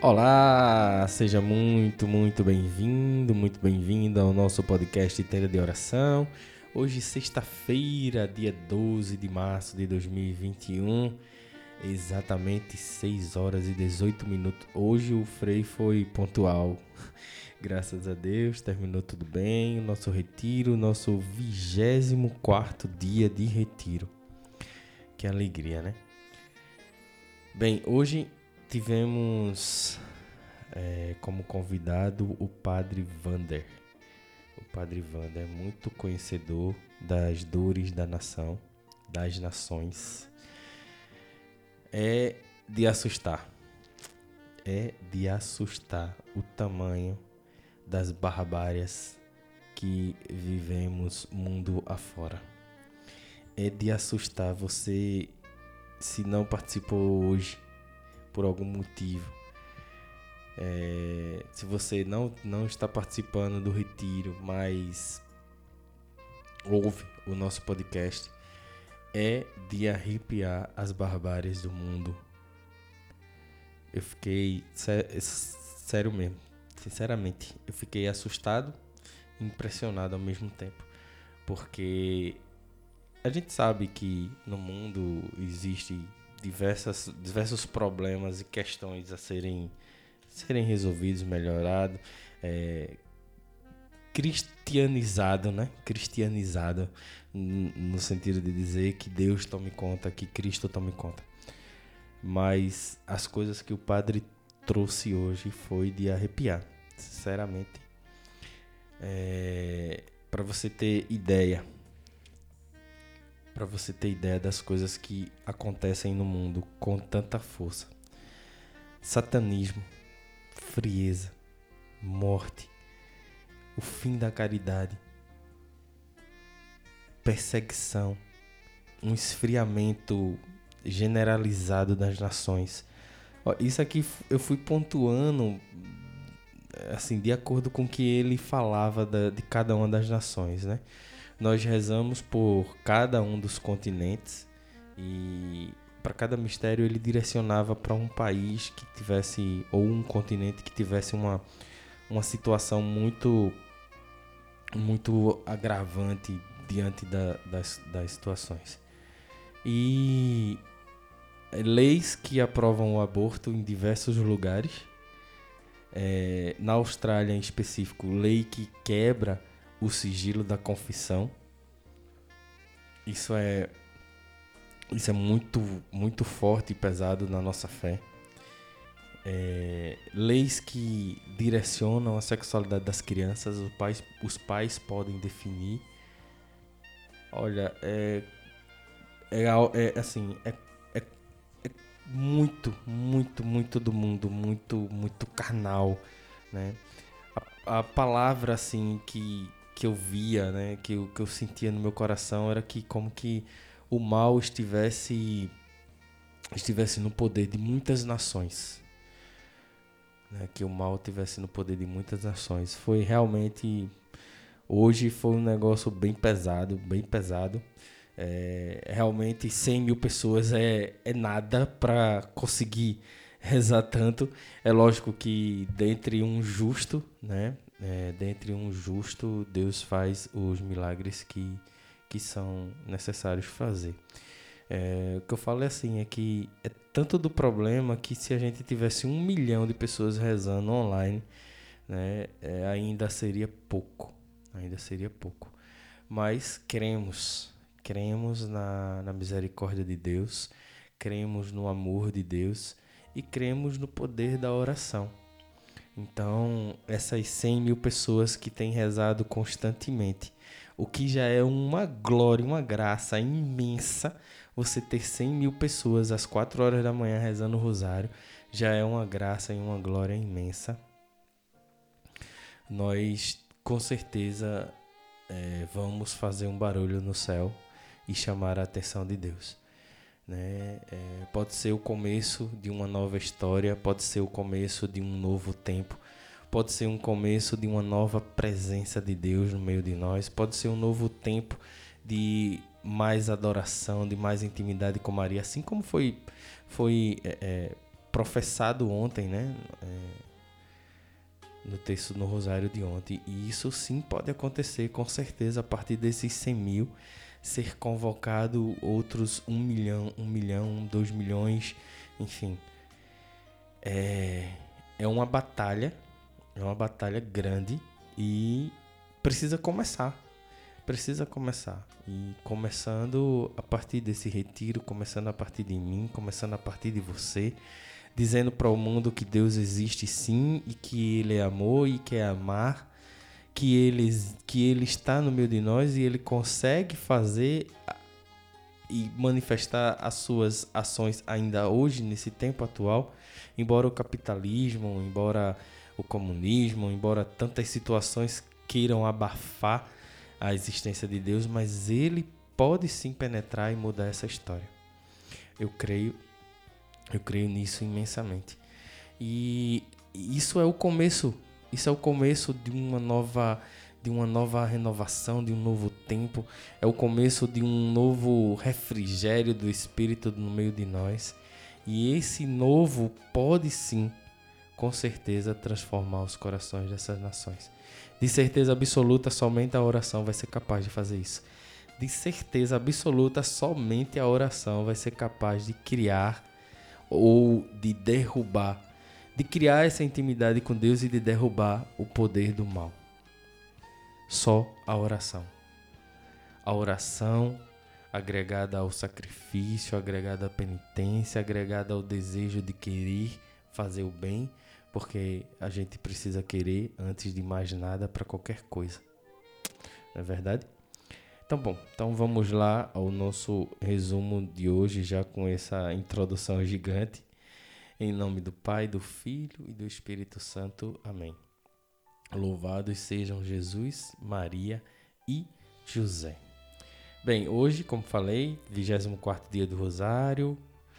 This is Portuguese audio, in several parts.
Olá, seja muito bem-vindo ao nosso podcast Tenda de Oração. Hoje, sexta-feira, dia 12 de março de 2021, exatamente 6 horas e 18 minutos. Hoje o Frei foi pontual, graças a Deus, terminou tudo bem. O nosso retiro, nosso 24º dia de retiro. Que alegria, né? Bem, hoje tivemos como convidado o Padre Wander. O Padre Wander é muito conhecedor das dores da nação, das nações. É de assustar o tamanho das barbárias que vivemos mundo afora. É de assustar você, se não participou hoje por algum motivo. Se você não está participando do retiro, mas ouve o nosso podcast, é de arrepiar as barbáries do mundo. Eu fiquei, sério mesmo, sinceramente, eu fiquei assustado e impressionado ao mesmo tempo, porque a gente sabe que no mundo existem diversos problemas e questões a serem resolvidos, melhorados, cristianizado, né? Cristianizado no sentido de dizer que Deus tome conta, que Cristo tome conta. Mas as coisas que o Padre trouxe hoje foi de arrepiar, sinceramente. Para você ter ideia das coisas que acontecem no mundo com tanta força: satanismo, frieza, morte, o fim da caridade, perseguição, um esfriamento generalizado das nações. Isso aqui eu fui pontuando assim, de acordo com o que ele falava de cada uma das nações, né? Nós rezamos por cada um dos continentes e para cada mistério ele direcionava para um país que tivesse, ou um continente que tivesse uma situação muito agravante diante das situações. E leis que aprovam o aborto em diversos lugares. Na Austrália, em específico, lei que quebra o sigilo da confissão. Isso é muito forte e pesado na nossa fé. Leis que direcionam a sexualidade das crianças, os pais podem definir. Olha, é muito do mundo, muito carnal, né? A palavra assim que eu via, né, que eu sentia no meu coração era que como que o mal estivesse no poder de muitas nações, né? Que o mal estivesse no poder de muitas nações. Foi realmente, hoje foi um negócio bem pesado. Realmente 100 mil pessoas é nada para conseguir rezar tanto. É lógico que dentre um justo, né? Dentre um justo, Deus faz os milagres que são necessários fazer. O que eu falo é que é tanto do problema que se a gente tivesse 1 milhão de pessoas rezando online, né, ainda seria pouco. Mas cremos na misericórdia de Deus, cremos no amor de Deus e cremos no poder da oração. Então, essas 100 mil pessoas que têm rezado constantemente, o que já é uma glória, uma graça imensa, você ter 100 mil pessoas às 4 horas da manhã rezando o rosário, já é uma graça e uma glória imensa. Nós, com certeza, vamos fazer um barulho no céu e chamar a atenção de Deus, né? Pode ser o começo de uma nova história, pode ser o começo de um novo tempo, pode ser um começo de uma nova presença de Deus no meio de nós, pode ser um novo tempo de mais adoração, de mais intimidade com Maria, assim como foi professado ontem, né? No texto no Rosário de ontem. E isso sim pode acontecer, com certeza, a partir desses 100 mil, ser convocado outros 1 milhão, 2 milhões, enfim. É uma batalha grande e precisa começar. E começando a partir desse retiro, começando a partir de mim, começando a partir de você, dizendo para o mundo que Deus existe sim e que Ele é amor e quer amar, que ele está no meio de nós e Ele consegue fazer e manifestar as suas ações ainda hoje, nesse tempo atual, embora o capitalismo, embora o comunismo, embora tantas situações queiram abafar a existência de Deus, mas Ele pode sim penetrar e mudar essa história. Eu creio nisso imensamente. E isso é o começo de uma nova renovação, de um novo tempo, é o começo de um novo refrigério do Espírito no meio de nós. E esse novo pode sim, com certeza, transformar os corações dessas nações. De certeza absoluta, somente a oração vai ser capaz de fazer isso. De certeza absoluta, somente a oração vai ser capaz de criar ou de derrubar, de criar essa intimidade com Deus e de derrubar o poder do mal. Só a oração. A oração agregada ao sacrifício, agregada à penitência, agregada ao desejo de querer fazer o bem, porque a gente precisa querer antes de mais nada para qualquer coisa. Não é verdade? Então vamos lá ao nosso resumo de hoje, já com essa introdução gigante. Em nome do Pai, do Filho e do Espírito Santo. Amém. Louvados sejam Jesus, Maria e José. Bem, hoje, como falei, 24º dia do Rosário.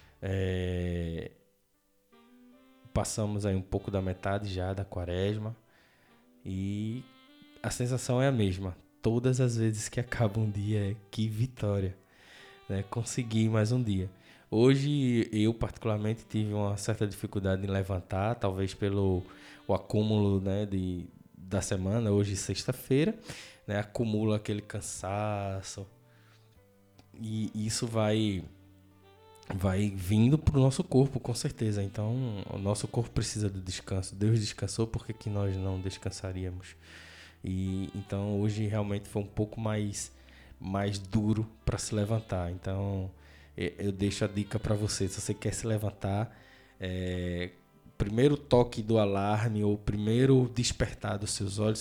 Passamos aí um pouco da metade já da Quaresma. E a sensação é a mesma. Todas as vezes que acaba um dia, que vitória, né? Consegui mais um dia. Hoje eu particularmente tive uma certa dificuldade em levantar, talvez pelo o acúmulo, né, da semana. Hoje sexta-feira, né, acumula aquele cansaço e isso vai vindo para o nosso corpo, com certeza. Então o nosso corpo precisa do descanso. Deus descansou, por que nós não descansaríamos? E então hoje realmente foi um pouco mais duro para se levantar. Então eu deixo a dica para você, se você quer se levantar, primeiro toque do alarme ou primeiro despertar dos seus olhos,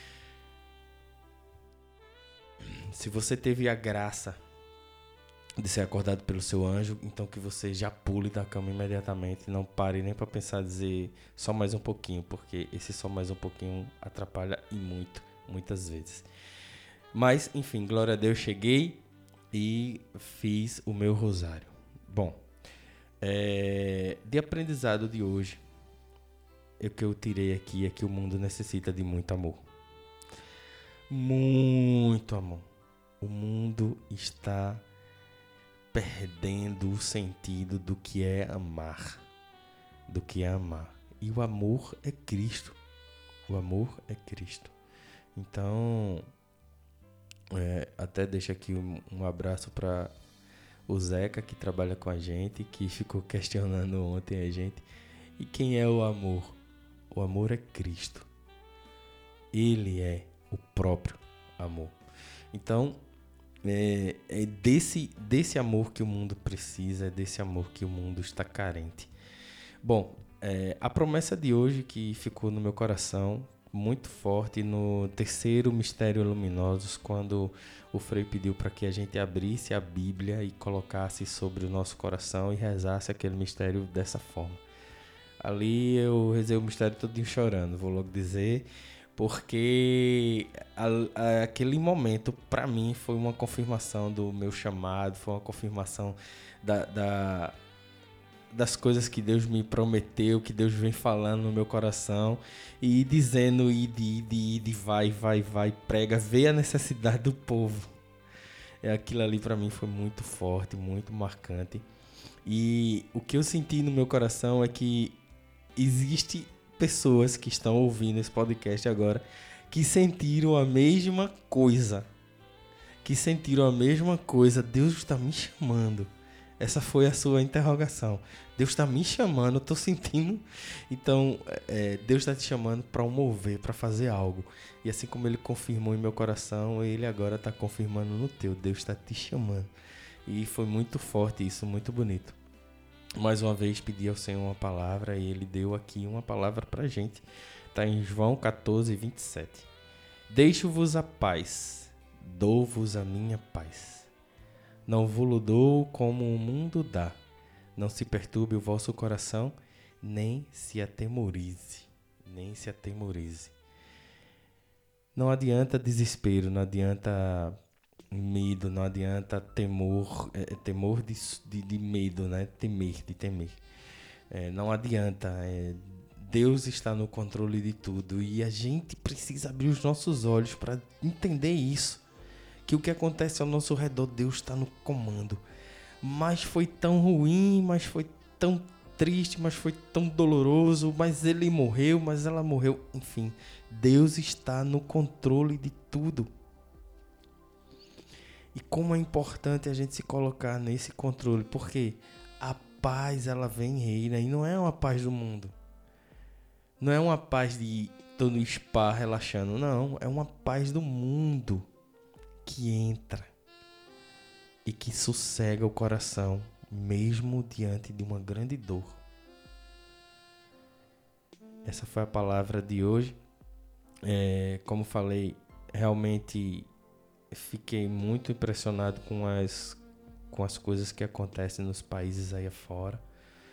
se você teve a graça de ser acordado pelo seu anjo, então que você já pule da cama imediatamente, não pare nem para pensar dizer só mais um pouquinho, porque esse só mais um pouquinho atrapalha e muitas vezes. Mas enfim, glória a Deus, cheguei e fiz o meu rosário. Bom, de aprendizado de hoje, o que eu tirei aqui é que o mundo necessita de muito amor. Muito amor. O mundo está perdendo o sentido do que é amar. E o amor é Cristo. Então, até deixo aqui um abraço para o Zeca, que trabalha com a gente, que ficou questionando ontem a gente. E quem é o amor? O amor é Cristo. Ele é o próprio amor. Então, é desse amor que o mundo precisa, é desse amor que o mundo está carente. Bom, a promessa de hoje que ficou no meu coração muito forte no terceiro mistério luminosos, quando o Frei pediu para que a gente abrisse a Bíblia e colocasse sobre o nosso coração e rezasse aquele mistério dessa forma. Ali eu rezei o mistério todinho chorando, vou logo dizer, porque aquele momento para mim foi uma confirmação do meu chamado, foi uma confirmação das coisas que Deus me prometeu, que Deus vem falando no meu coração e dizendo, ide, vai, prega, vê a necessidade do povo. Aquilo ali para mim foi muito forte, muito marcante. E o que eu senti no meu coração é que existe pessoas que estão ouvindo esse podcast agora que sentiram a mesma coisa. Deus está me chamando. Essa foi a sua interrogação. Deus está me chamando, eu estou sentindo. Então, Deus está te chamando para um mover, para fazer algo. E assim como Ele confirmou em meu coração, Ele agora está confirmando no teu. Deus está te chamando. E foi muito forte isso, muito bonito. Mais uma vez pedi ao Senhor uma palavra e Ele deu aqui uma palavra para a gente. Está em João 14, 27. Deixo-vos a paz, dou-vos a minha paz. Não vos dou como o mundo dá. Não se perturbe o vosso coração, nem se atemorize. Não adianta desespero, não adianta medo, não adianta temor, temor de medo, né? Temer. Não adianta, Deus está no controle de tudo e a gente precisa abrir os nossos olhos para entender isso. Que o que acontece ao nosso redor, Deus está no comando. Mas foi tão ruim, mas foi tão triste, mas foi tão doloroso, mas ele morreu, mas ela morreu. Enfim, Deus está no controle de tudo. E como é importante a gente se colocar nesse controle, porque a paz, ela vem e reina, e não é uma paz do mundo. Não é uma paz de tô no spa relaxando, não. É uma paz do mundo que entra e que sossega o coração, mesmo diante de uma grande dor. Essa foi a palavra de hoje. Como falei, realmente fiquei muito impressionado com as coisas que acontecem nos países aí afora.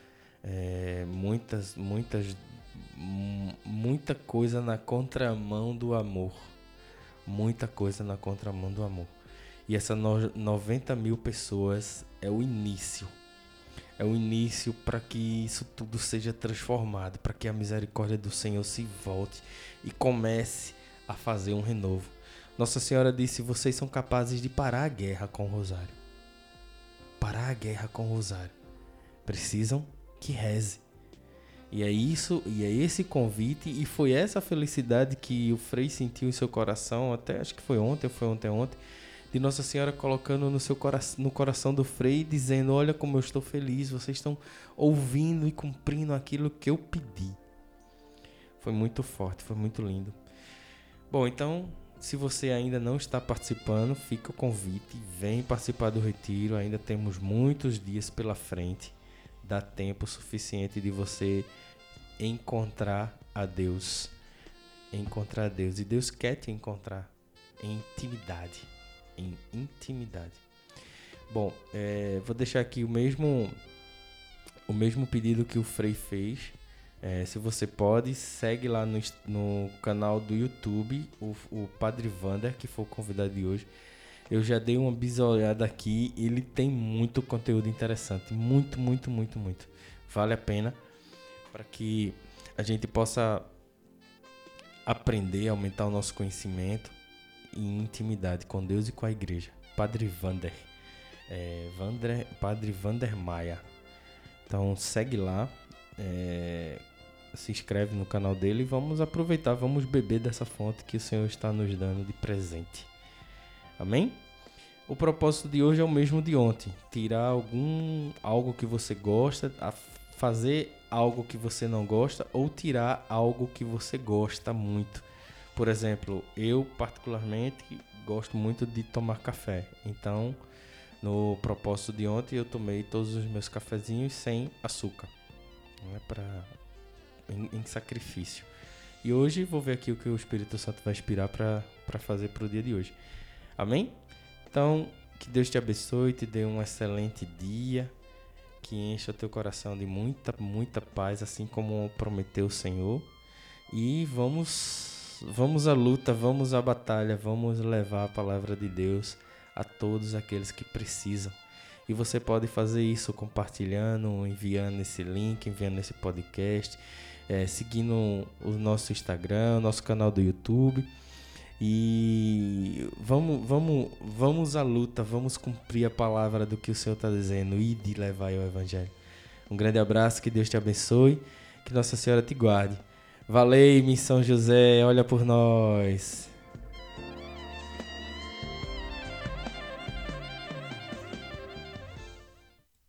Muita coisa na contramão do amor. Muita coisa na contramão do amor. E essas 90 mil pessoas é o início. É o início para que isso tudo seja transformado, para que a misericórdia do Senhor se volte e comece a fazer um renovo. Nossa Senhora disse: vocês são capazes de parar a guerra com o rosário. Parar a guerra com o rosário. Precisam que reze. E é isso, e é esse convite, e foi essa felicidade que o Frei sentiu em seu coração, até acho que foi ontem, de Nossa Senhora colocando no coração do Frei, dizendo: olha como eu estou feliz, vocês estão ouvindo e cumprindo aquilo que eu pedi. Foi muito forte, foi muito lindo. Bom, então, se você ainda não está participando, fica o convite, vem participar do retiro, ainda temos muitos dias pela frente. Dá tempo suficiente de você encontrar a Deus. E Deus quer te encontrar em intimidade. Bom, vou deixar aqui o mesmo pedido que o Frei fez. Se você pode, segue lá no canal do YouTube, o Padre Vander, que foi o convidado de hoje. Eu já dei uma bisolhada aqui, ele tem muito conteúdo interessante, muito. Vale a pena para que a gente possa aprender, aumentar o nosso conhecimento em intimidade com Deus e com a igreja. Padre Vander, Padre Vander Maia. Então segue lá, se inscreve no canal dele e vamos aproveitar, vamos beber dessa fonte que o Senhor está nos dando de presente. Amém? O propósito de hoje é o mesmo de ontem. Tirar algo que você gosta, fazer algo que você não gosta ou tirar algo que você gosta muito. Por exemplo, eu particularmente gosto muito de tomar café. Então, no propósito de ontem, eu tomei todos os meus cafezinhos sem açúcar. Não é em sacrifício. E hoje vou ver aqui o que o Espírito Santo vai inspirar para fazer para o dia de hoje. Amém? Então, que Deus te abençoe, te dê um excelente dia, que encha o teu coração de muita paz, assim como prometeu o Senhor. E vamos à luta, vamos à batalha, vamos levar a palavra de Deus a todos aqueles que precisam. E você pode fazer isso compartilhando, enviando esse link, enviando esse podcast, seguindo o nosso Instagram, nosso canal do YouTube. E vamos à luta, vamos cumprir a palavra do que o Senhor está dizendo e de levar o Evangelho. Um grande abraço, que Deus te abençoe, que Nossa Senhora te guarde. Valeu, São José, olha por nós.